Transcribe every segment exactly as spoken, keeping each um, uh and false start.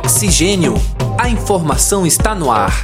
Oxigênio. A informação está no ar.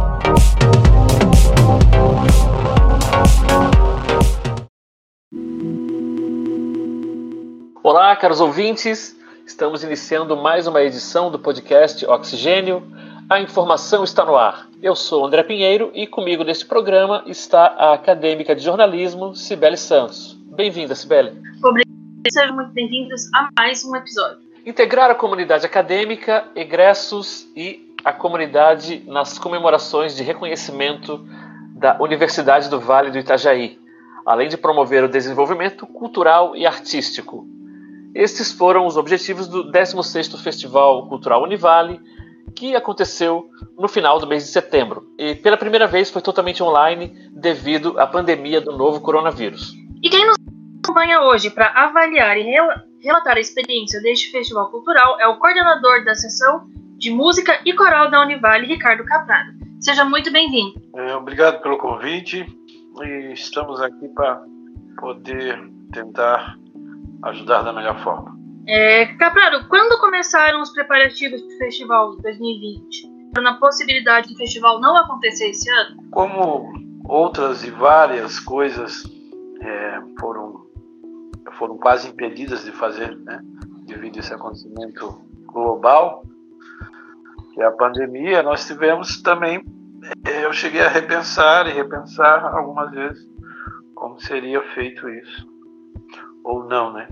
Olá, caros ouvintes. Estamos iniciando mais uma edição do podcast Oxigênio. A informação está no ar. Eu sou André Pinheiro e comigo neste programa está a acadêmica de jornalismo, Cibele Santos. Bem-vinda, Cibele. Obrigada. Sejam muito bem-vindos a mais um episódio. Integrar a comunidade acadêmica, egressos e a comunidade nas comemorações de reconhecimento da Universidade do Vale do Itajaí, além de promover o desenvolvimento cultural e artístico. Estes foram os objetivos do décimo sexto Festival Cultural Univale, que aconteceu no final do mês de setembro. E pela primeira vez foi totalmente online devido à pandemia do novo coronavírus. E quem nos acompanha hoje para avaliar e rel- relatar a experiência deste festival cultural é o coordenador da seção de música e coral da Univale, Ricardo Capraro. Seja muito bem-vindo. É, obrigado pelo convite e estamos aqui para poder tentar ajudar da melhor forma. É, Capraro, quando começaram os preparativos para o festival dois mil e vinte? Na possibilidade do festival não acontecer esse ano? Como outras e várias coisas é, foram, foram quase impedidas de fazer, né, devido a esse acontecimento global, que é a pandemia, nós tivemos também, eu cheguei a repensar e repensar algumas vezes como seria feito isso, ou não, né?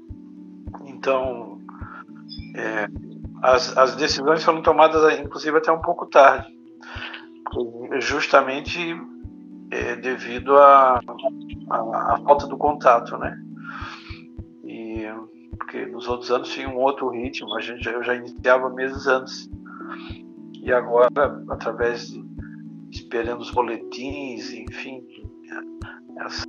Então, é, as, as decisões foram tomadas, inclusive, até um pouco tarde, justamente é, devido à a, a, a falta do contato, né? E, porque nos outros anos tinha um outro ritmo, a gente, eu já iniciava meses antes. E agora, através de esperando os boletins, enfim, essa,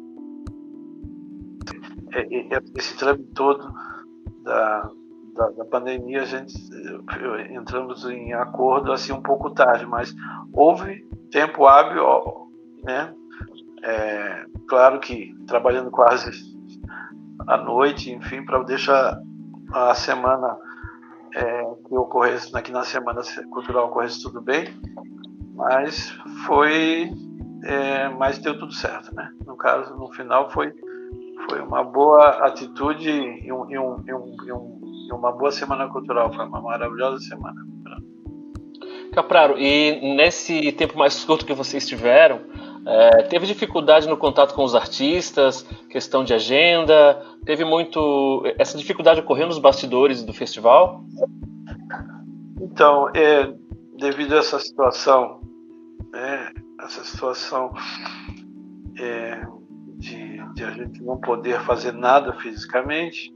esse trâmite todo da, da, da pandemia, a gente entramos em acordo assim um pouco tarde, mas houve tempo hábil, né? É, claro que trabalhando quase à noite, enfim, para deixar a semana é, que ocorresse, aqui na semana cultural ocorresse tudo bem, mas foi, é, mas deu tudo certo, né? No caso, no final foi Foi uma boa atitude e, um, e, um, e, um, e, um, e uma boa semana cultural. Foi uma maravilhosa semana. Capraro, e nesse tempo mais curto que vocês tiveram, é, teve dificuldade no contato com os artistas, questão de agenda? Teve muito... Essa dificuldade ocorreu nos bastidores do festival? Então, é, devido a essa situação, é, essa situação... É, De, de a gente não poder fazer nada fisicamente,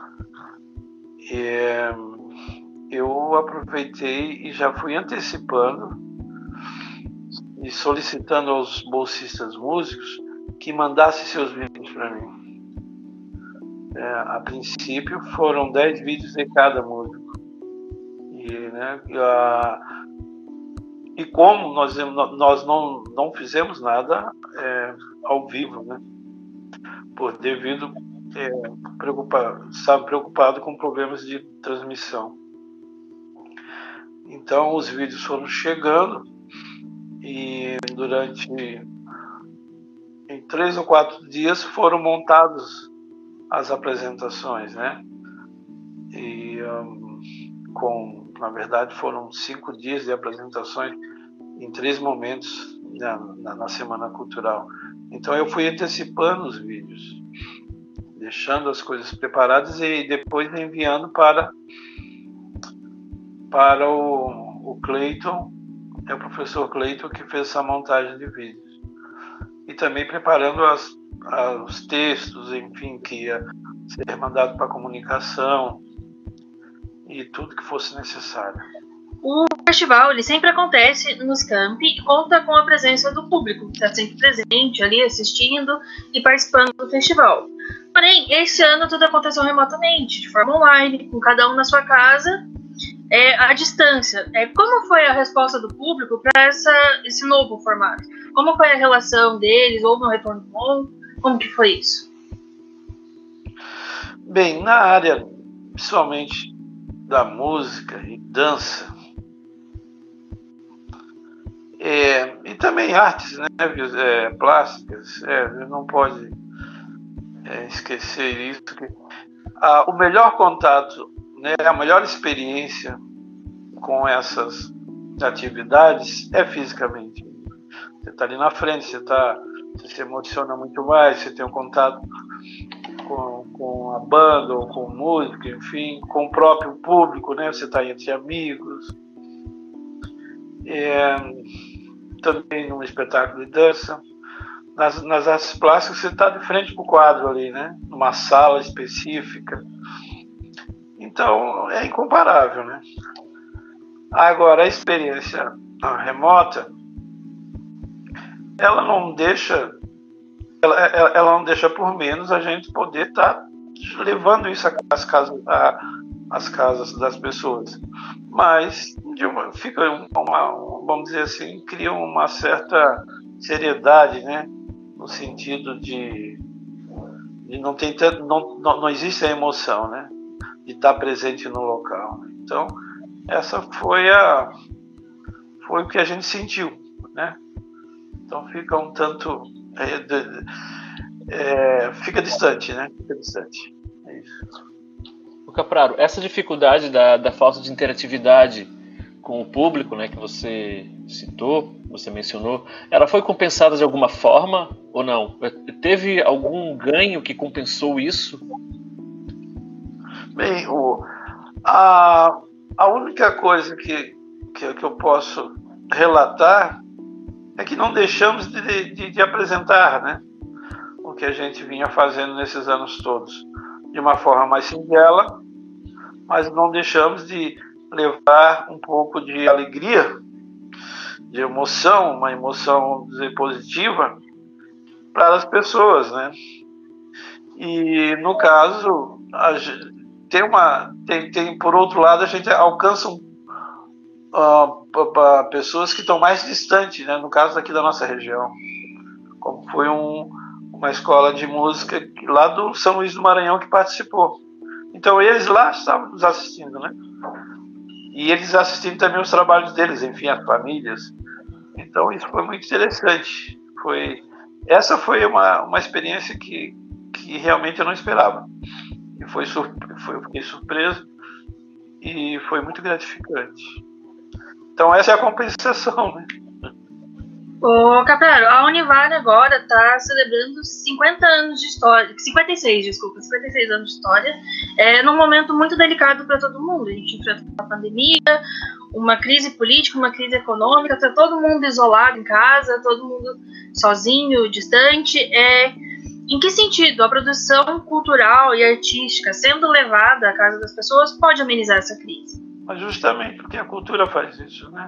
é, eu aproveitei e já fui antecipando e solicitando aos bolsistas músicos que mandassem seus vídeos para mim. É, a princípio foram dez vídeos de cada músico. E, né, a, e como nós, nós não, não fizemos nada é, ao vivo, né? Por devido é, preocupado, estava preocupado com problemas de transmissão. Então os vídeos foram chegando e durante em três ou quatro dias foram montadas as apresentações, né? E um, com, na verdade foram cinco dias de apresentações em três momentos na, na, na Semana Cultural. Então eu fui antecipando os vídeos, deixando as coisas preparadas e depois enviando para, para o, o Cleiton, é o professor Cleiton que fez essa montagem de vídeos. E também preparando as, as, os textos, enfim, que ia ser mandado para a comunicação e tudo que fosse necessário. O festival ele sempre acontece nos campi e conta com a presença do público, que está sempre presente ali, assistindo e participando do festival. Porém, esse ano tudo aconteceu remotamente, de forma online, com cada um na sua casa, é, à distância. É, como foi a resposta do público para esse novo formato? Como foi a relação deles? Houve um retorno bom? Como que foi isso? Bem, na área, principalmente da música e dança, é, e também artes, né, é, plásticas, é, não pode é, esquecer isso, que a, o melhor contato, né, a melhor experiência com essas atividades é fisicamente. Você está ali na frente, você, tá, você se emociona muito mais, você tem um contato com, com a banda, ou com música, enfim, com o próprio público, né? Você está entre amigos. É, também num espetáculo de dança. Nas, nas artes plásticas, você está de frente para o quadro ali, né? Numa sala específica. Então, é incomparável, né? Agora, a experiência remota, ela não deixa, ela, ela não deixa por menos a gente poder estar tá levando isso às casas, às casas das pessoas. Mas de uma, fica uma, vamos dizer assim, cria uma certa seriedade, né? No sentido de, de não ter não, não, não existe a emoção, né? De estar presente no local. Então, essa foi a foi o que a gente sentiu, né? Então fica um tanto é, de, é, fica distante, né? Fica distante. É isso. O Capraro, essa dificuldade da, da falta de interatividade com o público, né, que você citou, você mencionou, ela foi compensada de alguma forma ou não? Teve algum ganho que compensou isso? Bem, o, a, a única coisa que, que, que eu posso relatar é que não deixamos de, de, de apresentar, né, o que a gente vinha fazendo nesses anos todos, de uma forma mais singela, mas não deixamos de levar um pouco de alegria, de emoção, uma emoção, vamos dizer, positiva para as pessoas, né? E no caso, a, tem uma, tem, tem, por outro lado, a gente alcança um, uh, pessoas que estão mais distantes, né? No caso aqui da nossa região, como foi um, uma escola de música lá do São Luís do Maranhão que participou. Então eles lá estavam nos assistindo, né? E eles assistindo também os trabalhos deles, enfim, as famílias. Então isso foi muito interessante. Foi, essa foi uma, uma experiência que, que realmente eu não esperava. E foi, foi, eu fiquei surpreso e foi muito gratificante. Então essa é a compensação, né? Ô, Capraro, a Univale agora está celebrando cinquenta anos de história, cinquenta e seis, desculpa, cinquenta e seis anos de história, é, num momento muito delicado para todo mundo. A gente enfrentou uma pandemia, uma crise política, uma crise econômica, está todo mundo isolado em casa, todo mundo sozinho, distante. É, em que sentido a produção cultural e artística sendo levada à casa das pessoas pode amenizar essa crise? Mas justamente porque a cultura faz isso, né?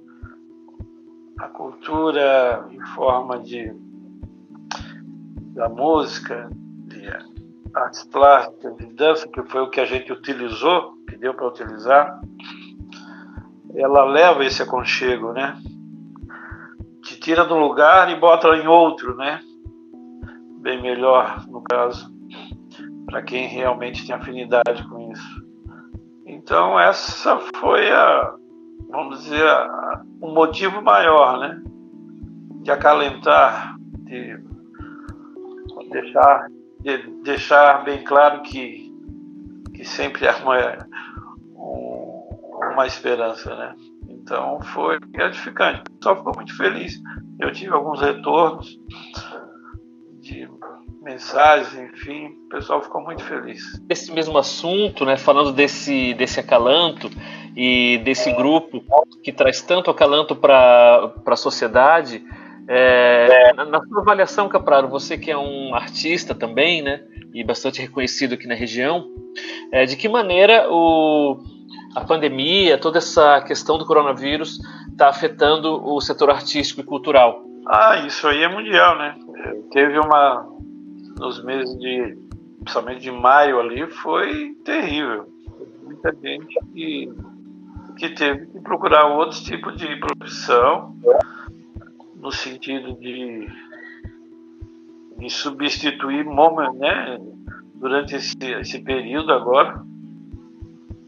A cultura em forma de da música, de artes plásticas, de dança, que foi o que a gente utilizou, que deu para utilizar, ela leva esse aconchego, né? Te tira de um lugar e bota em outro, né? Bem melhor, no caso, para quem realmente tem afinidade com isso. Então essa foi a, vamos dizer, um motivo maior, né? De acalentar, de deixar, de deixar bem claro que, que sempre há uma, um, uma esperança, né? Então foi gratificante. O pessoal ficou muito feliz. Eu tive alguns retornos de mensagens, enfim, o pessoal ficou muito feliz. Esse mesmo assunto, né, falando desse, desse acalanto e desse grupo que traz tanto acalanto para a sociedade, é, na, na sua avaliação, Capraro, você que é um artista também, né, e bastante reconhecido aqui na região, é, de que maneira o, a pandemia, toda essa questão do coronavírus está afetando o setor artístico e cultural? Ah, isso aí é mundial, né? Teve uma... nos meses de, principalmente de maio ali, foi terrível. Muita gente que, que teve que procurar outros tipos de profissão, no sentido de, de substituir moment, né, durante esse, esse período agora.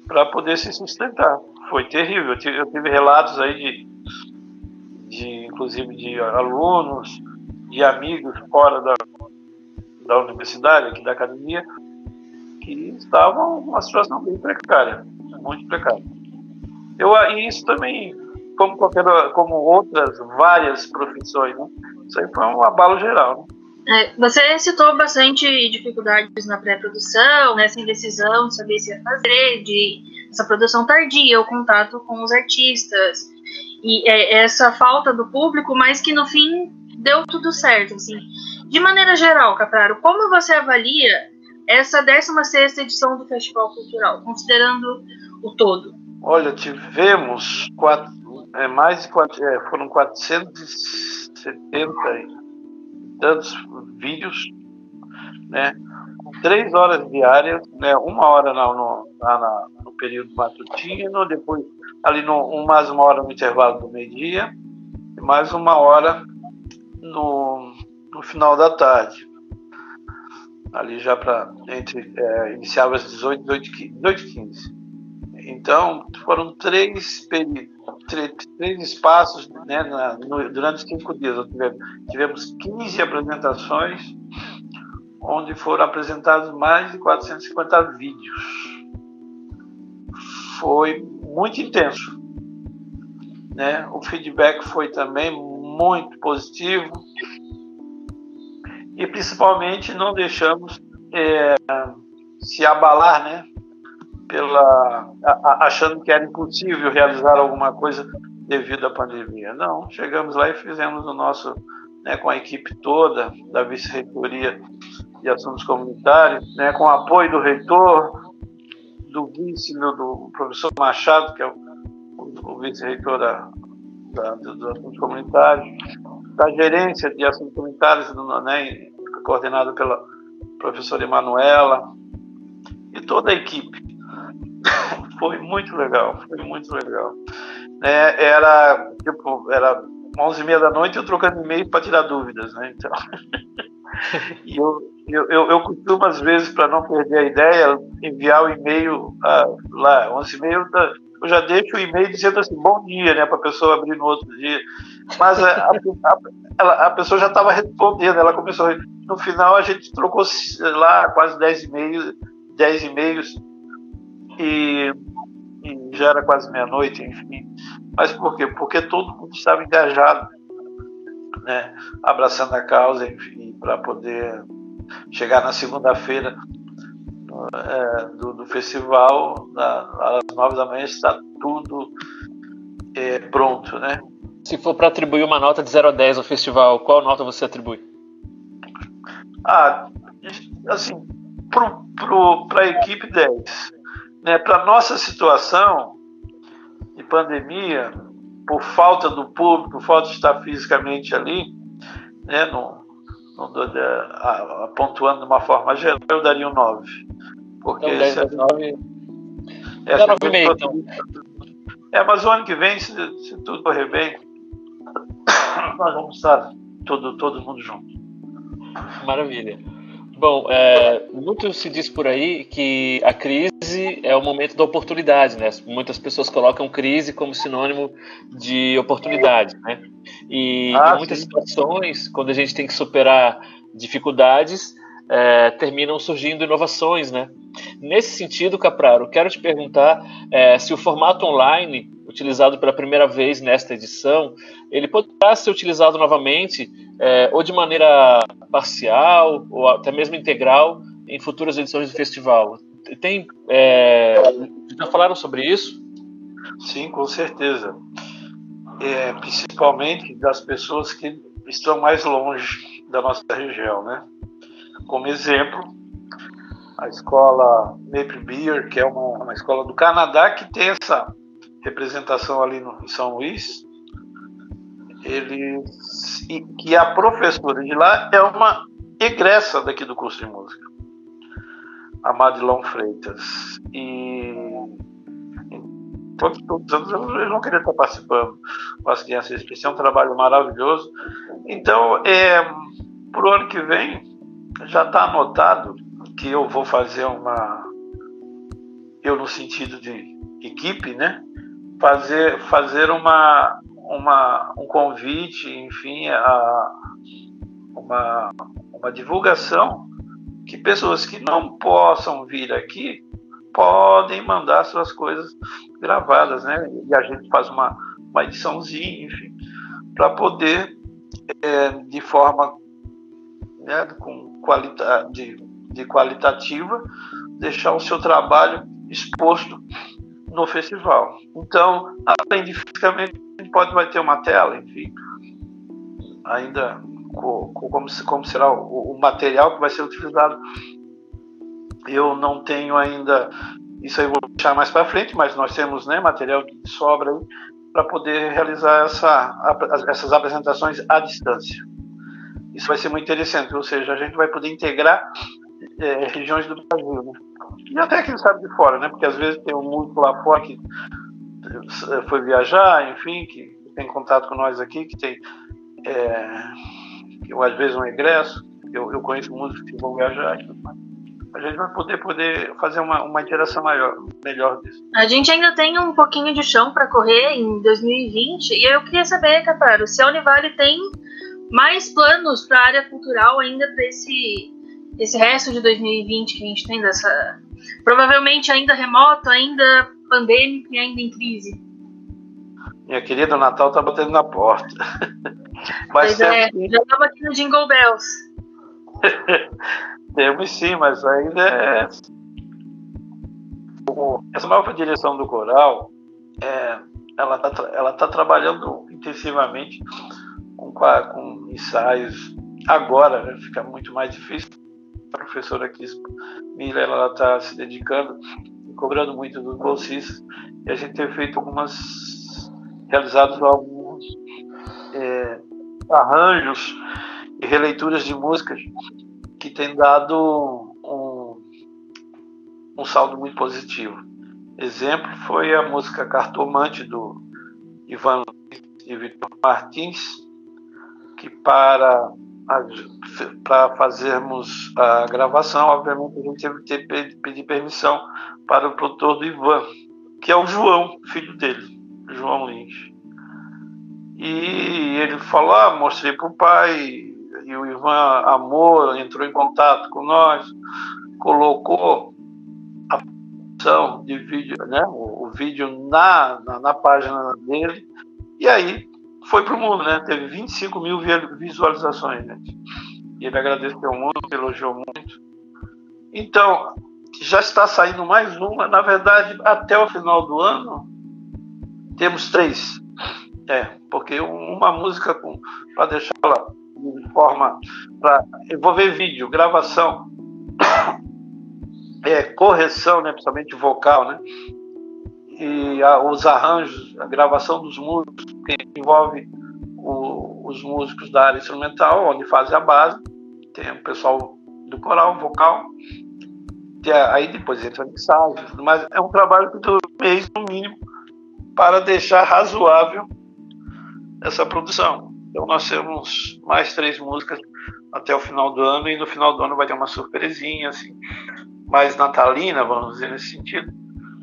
para poder se sustentar. Foi terrível. Eu tive, eu tive relatos aí de, de, inclusive, de alunos, de amigos fora da, da universidade, aqui da academia, que estavam numa situação bem precária, muito precária. Eu, e isso também, como, qualquer, como outras várias profissões, né? Isso aí foi um abalo geral, né? É, você citou bastante dificuldades na pré-produção, nessa indecisão de saber se ia fazer, de essa produção tardia, o contato com os artistas, e é, essa falta do público, mas que no fim deu tudo certo. Assim. De maneira geral, Capraro, como você avalia essa décima sexta edição do Festival Cultural, considerando o todo? Olha, tivemos quatro, é, mais de quatro, é, foram quatrocentos e setenta tantos vídeos, né, com três horas diárias, né, uma hora na, no, na, no período matutino, depois ali no, mais uma hora no intervalo do meio-dia, e mais uma hora no, no final da tarde. Ali já para entre é, iniciava às dezoito, dezoito e quinze. Então foram três períodos, três, três espaços, né, na, no, durante cinco dias. Tivemos, tivemos quinze apresentações, onde foram apresentados mais de quatrocentos e cinquenta vídeos. Foi muito intenso, né? O feedback foi também muito positivo. E principalmente não deixamos é, se abalar, né, pela, a, achando que era impossível realizar alguma coisa devido à pandemia. Não, chegamos lá e fizemos o nosso, né, com a equipe toda da Vice-Reitoria de Assuntos Comunitários, né, com o apoio do reitor, do vice, do professor Machado, que é o, o, o vice-reitor da, da, dos Assuntos Comunitários, da gerência de assuntos comunitários, né, coordenada pela professora Emanuela, e toda a equipe. Foi muito legal, foi muito legal. É, era, tipo, era onze e meia da noite, eu trocando e-mail para tirar dúvidas, né? Então, e eu, eu, eu, eu costumo, às vezes, para não perder a ideia, enviar o e-mail ah, lá, onze e meia, eu já deixo o e-mail dizendo assim, bom dia, né, para a pessoa abrir no outro dia. Mas a, a, a, a pessoa já estava respondendo, ela começou a... No final, a gente trocou lá quase dez e-mails, dez e-mails, e, e já era quase meia-noite, enfim. Mas por quê? Porque todo mundo estava engajado, né, abraçando a causa, enfim, para poder chegar na segunda-feira é, do, do festival, na, às nove da manhã, está tudo é, pronto, né? Se for para atribuir uma nota de zero a dez ao festival, qual nota você atribui? Ah, assim, para a equipe dez. Né? Para a nossa situação de pandemia, por falta do público, por falta de estar fisicamente ali, né, no, no, a, a, pontuando de uma forma geral, eu daria um nove. Porque então, dez, esse, nove, é, dá nove e meio, então. É, mas o ano que vem, se, se tudo correr bem, nós vamos estar todo, todo mundo junto. Maravilha. Bom, é, muito se diz por aí que a crise é o momento da oportunidade, né? Muitas pessoas colocam crise como sinônimo de oportunidade, né? E ah, em muitas sim. situações, quando a gente tem que superar dificuldades, é, terminam surgindo inovações, né? Nesse sentido, Capraro, quero te perguntar é, se o formato online, utilizado pela primeira vez nesta edição, ele poderá ser utilizado novamente é, ou de maneira parcial ou até mesmo integral em futuras edições do festival. Tem, é, já falaram sobre isso? Sim, com certeza. É, principalmente das pessoas que estão mais longe da nossa região, né? Como exemplo, a escola Maple Beer, que é uma, uma escola do Canadá que tem essa representação ali no, em São Luís, eles, e que a professora de lá é uma egressa daqui do curso de música, a Madilão Freitas, e todos, todos os anos eles vão querer estar participando com as crianças. Esse é um trabalho maravilhoso. Então, é, para o ano que vem já está anotado que eu vou fazer uma eu no sentido de equipe, né? Fazer, fazer uma, uma, um convite, enfim, a uma, uma divulgação que pessoas que não possam vir aqui podem mandar suas coisas gravadas, né? E a gente faz uma, uma ediçãozinha, enfim, para poder, é, de forma, né, com qualita, de, de qualitativa, deixar o seu trabalho exposto no festival. Então, além de fisicamente, a gente pode vai ter uma tela, enfim, ainda com, com, como, como será o, o material que vai ser utilizado. Eu não tenho ainda, isso aí eu vou deixar mais para frente, mas nós temos, né, material de sobra para poder realizar essa, essas apresentações à distância. Isso vai ser muito interessante, ou seja, a gente vai poder integrar é, regiões do Brasil, né? E até quem sabe de fora, né? Porque às vezes tem um músico lá fora que foi viajar, enfim, que tem contato com nós aqui, que tem é, que, às vezes um egresso. Eu, eu conheço músicos que vão viajar. A gente vai poder, poder fazer uma, uma interação maior, melhor disso. A gente ainda tem um pouquinho de chão para correr em dois mil e vinte, e eu queria saber, Caparo, se a Univale tem mais planos para a área cultural ainda para esse, esse resto de dois mil e vinte que a gente tem dessa... Provavelmente ainda remoto, ainda pandêmico e ainda em crise. Minha querida, o Natal está batendo na porta. Mas pois é, já estava aqui no Jingle Bells. Temos sim, mas ainda é... Essa nova direção do coral, é, ela está ela tá trabalhando intensivamente com, com ensaios. Agora, né, fica muito mais difícil. A professora Cris Miller, ela está se dedicando e cobrando muito dos bolsistas. E a gente tem feito algumas... realizados alguns é, arranjos e releituras de músicas que tem dado um, um saldo muito positivo. Exemplo foi a música Cartomante, do Ivan e Vitor Martins, que para, para fazermos a gravação, obviamente a gente teve que pedir permissão para o produtor do Ivan, que é o João, filho dele, João Lins. E ele falou, ah, mostrei para o pai, e o Ivan amou, entrou em contato com nós, colocou a produção de vídeo, né, o, o vídeo na, na, na página dele, e aí foi para o mundo, né? Teve vinte e cinco mil visualizações, gente. E ele agradeceu muito, elogiou muito. Então, já está saindo mais uma, na verdade, até o final do ano, temos três. É, porque uma música para deixá-la de forma para envolver vídeo, gravação, é, correção, né, principalmente vocal, né, e a, os arranjos, a gravação dos músicos, que envolve o, os músicos da área instrumental, onde fazem a base, tem o pessoal do coral, vocal, tem a, aí depois entra a mixagem, mas é um trabalho que dura um mês no mínimo para deixar razoável essa produção. Então nós temos mais três músicas até o final do ano, e no final do ano vai ter uma surpresinha assim, mais natalina, vamos dizer, nesse sentido,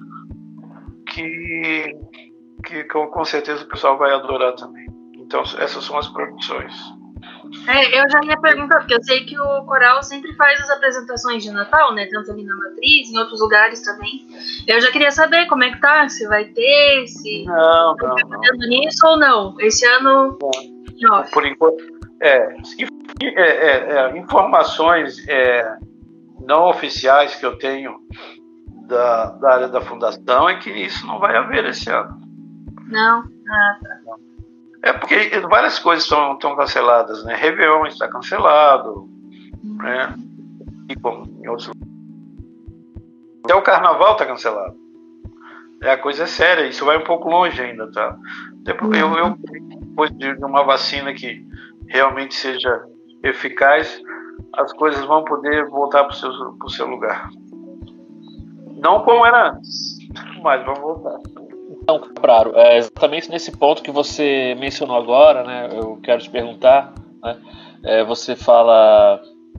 que, que com certeza o pessoal vai adorar também. Então essas são as produções. É, eu já ia perguntar, porque eu sei que o coral sempre faz as apresentações de Natal, né? Tanto ali na Matriz, em outros lugares também. Eu já queria saber como é que tá, se vai ter, se não, tá não, trabalhando não. nisso ou não. Esse ano. Não. Por enquanto, é, é, é, é, informações é, não oficiais que eu tenho da, da área da fundação é que isso não vai haver esse ano. Não? Ah, tá. Não. É porque várias coisas estão, estão canceladas, né? Réveillon está cancelado, hum. né? E como em outros lugares. Até o Carnaval está cancelado. É, a coisa é séria, isso vai um pouco longe ainda, tá? Depois, eu, eu, depois de uma vacina que realmente seja eficaz, as coisas vão poder voltar para o seu, pro seu lugar. Não como era antes, mas vão voltar. Então, Capraro, é exatamente nesse ponto que você mencionou agora, né? Eu quero te perguntar, né? É, você fala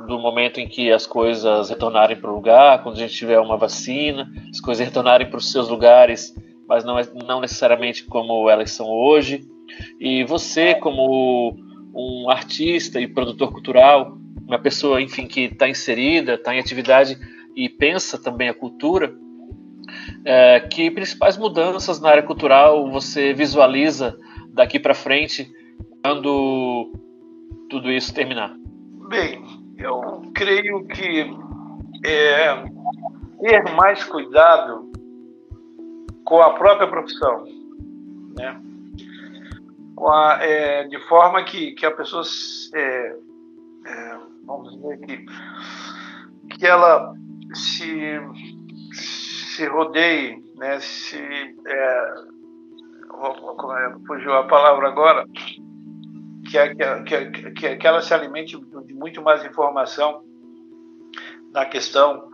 do momento em que as coisas retornarem para o lugar, quando a gente tiver uma vacina, as coisas retornarem para os seus lugares, mas não, não necessariamente como elas são hoje. E você, como um artista e produtor cultural, uma pessoa, enfim, que está inserida, está em atividade e pensa também a cultura, é, que principais mudanças na área cultural você visualiza daqui para frente quando tudo isso terminar? Bem, eu creio que é, ter mais cuidado com a própria profissão, né? Com a, é, de forma que, que a pessoa, é, é, vamos dizer que, que ela se, se rodeie, né? Se, é, fugiu a palavra agora, que, que, que, que ela se alimente de muito mais informação na questão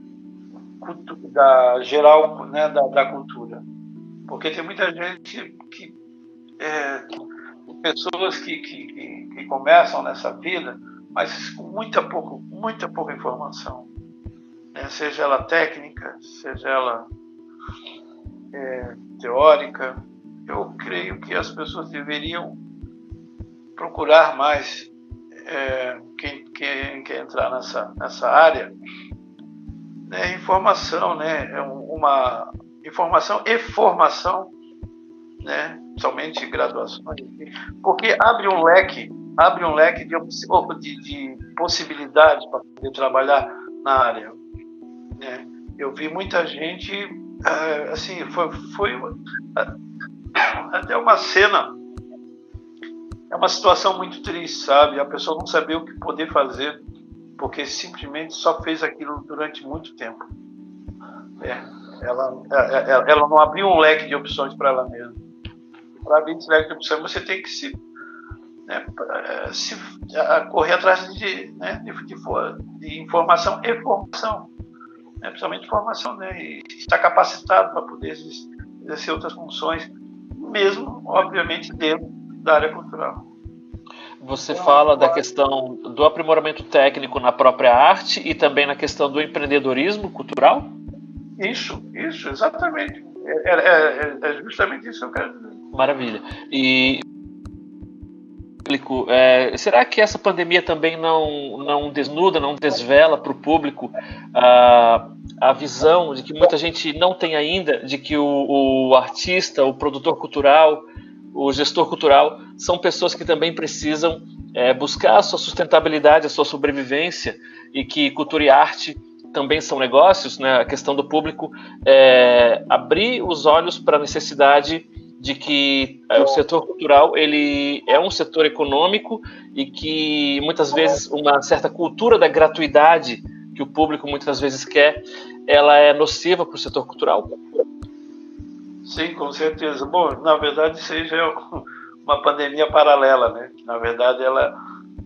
da, geral, né, da, da cultura. Porque tem muita gente que, é, pessoas que, que, que, que começam nessa vida, mas com muita pouca, muita pouca informação, né? Seja ela técnica, seja ela é, teórica. Eu creio que as pessoas deveriam procurar mais, é, quem, quem quer entrar nessa, nessa área, né, informação, né, é uma informação e formação, né, somente graduações, porque abre um leque, abre um leque de, de, de possibilidades para poder trabalhar na área, né. Eu vi muita gente, assim, foi, foi até uma cena, é uma situação muito triste, sabe? A pessoa não sabia o que poder fazer, porque simplesmente só fez aquilo durante muito tempo. É, ela, ela, ela não abriu um leque de opções para ela mesma. Para abrir esse leque de opções, você tem que se, né, se correr atrás de, né, de, de, de informação e formação, né, principalmente formação, né, e estar capacitado para poder exercer outras funções, mesmo, obviamente, dentro da área cultural. Você fala da questão do aprimoramento técnico na própria arte e também na questão do empreendedorismo cultural? Isso, isso, exatamente. É, é, é justamente isso que eu quero dizer. Maravilha. E é, será que essa pandemia também não, não desnuda, não desvela para o público a, a visão de que muita gente não tem ainda, de que o, o artista, o produtor cultural, o gestor cultural são pessoas que também precisam é, buscar a sua sustentabilidade, a sua sobrevivência, e que cultura e arte também são negócios, né? A questão do público é abrir os olhos para a necessidade de que é, o setor cultural ele é um setor econômico e que muitas vezes uma certa cultura da gratuidade que o público muitas vezes quer, ela é nociva para o setor cultural? Sim, com certeza. Bom, na verdade, seja uma pandemia paralela, né? Na verdade, ela,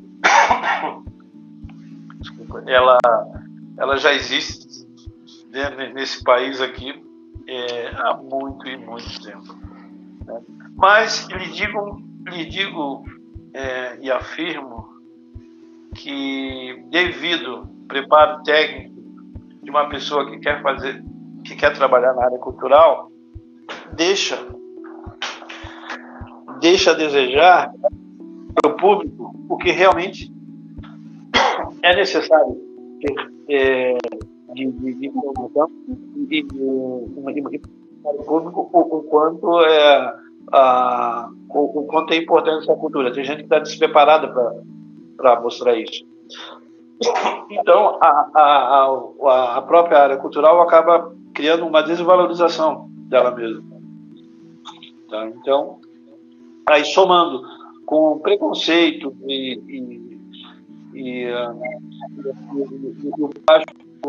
Desculpa, ela, ela já existe nesse país aqui é, há muito e muito tempo, né? Mas lhe digo, lhe digo é, e afirmo que devido ao preparo técnico de uma pessoa que quer fazer, que quer trabalhar na área cultural, deixa deixa a desejar para o público o que realmente é necessário é, de, de, de informação e para o público o, o quanto é a, o, o quanto é importante essa cultura. Tem gente que está despreparada para mostrar isso. Então a, a, a, a própria área cultural acaba criando uma desvalorização dela mesma. Tá? Então, aí somando com preconceito e, e, e, uh, e, e, o baixo,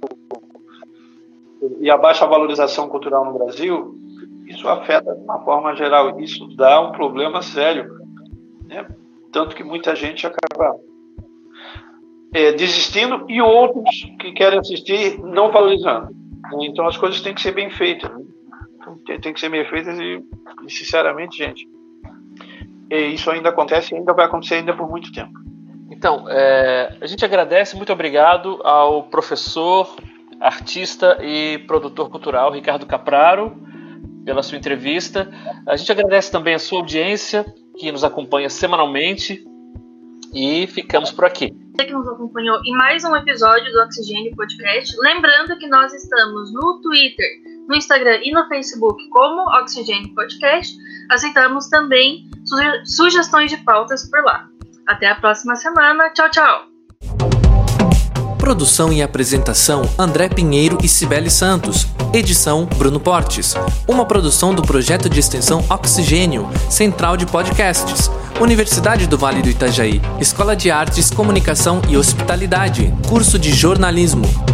e a baixa valorização cultural no Brasil, isso afeta de uma forma geral. Isso dá um problema sério, né? Tanto que muita gente acaba é, desistindo e outros que querem assistir não valorizando. Então, as coisas têm que ser bem feitas, né? Tem que ser bem feitas e, e sinceramente, gente, isso ainda acontece e ainda vai acontecer ainda por muito tempo. Então, é, a gente agradece, muito obrigado ao professor, artista e produtor cultural Ricardo Capraro pela sua entrevista. A gente agradece também a sua audiência, que nos acompanha semanalmente, e ficamos por aqui. Você que nos acompanhou em mais um episódio do Oxigênio Podcast. Lembrando que nós estamos no Twitter, no Instagram e no Facebook como Oxigênio Podcast. Aceitamos também suge- sugestões de pautas por lá. Até a próxima semana. Tchau, tchau! Produção e apresentação André Pinheiro e Cibele Santos. Edição Bruno Portes. Uma produção do projeto de extensão Oxigênio, Central de Podcasts. Universidade do Vale do Itajaí. Escola de Artes, Comunicação e Hospitalidade. Curso de Jornalismo.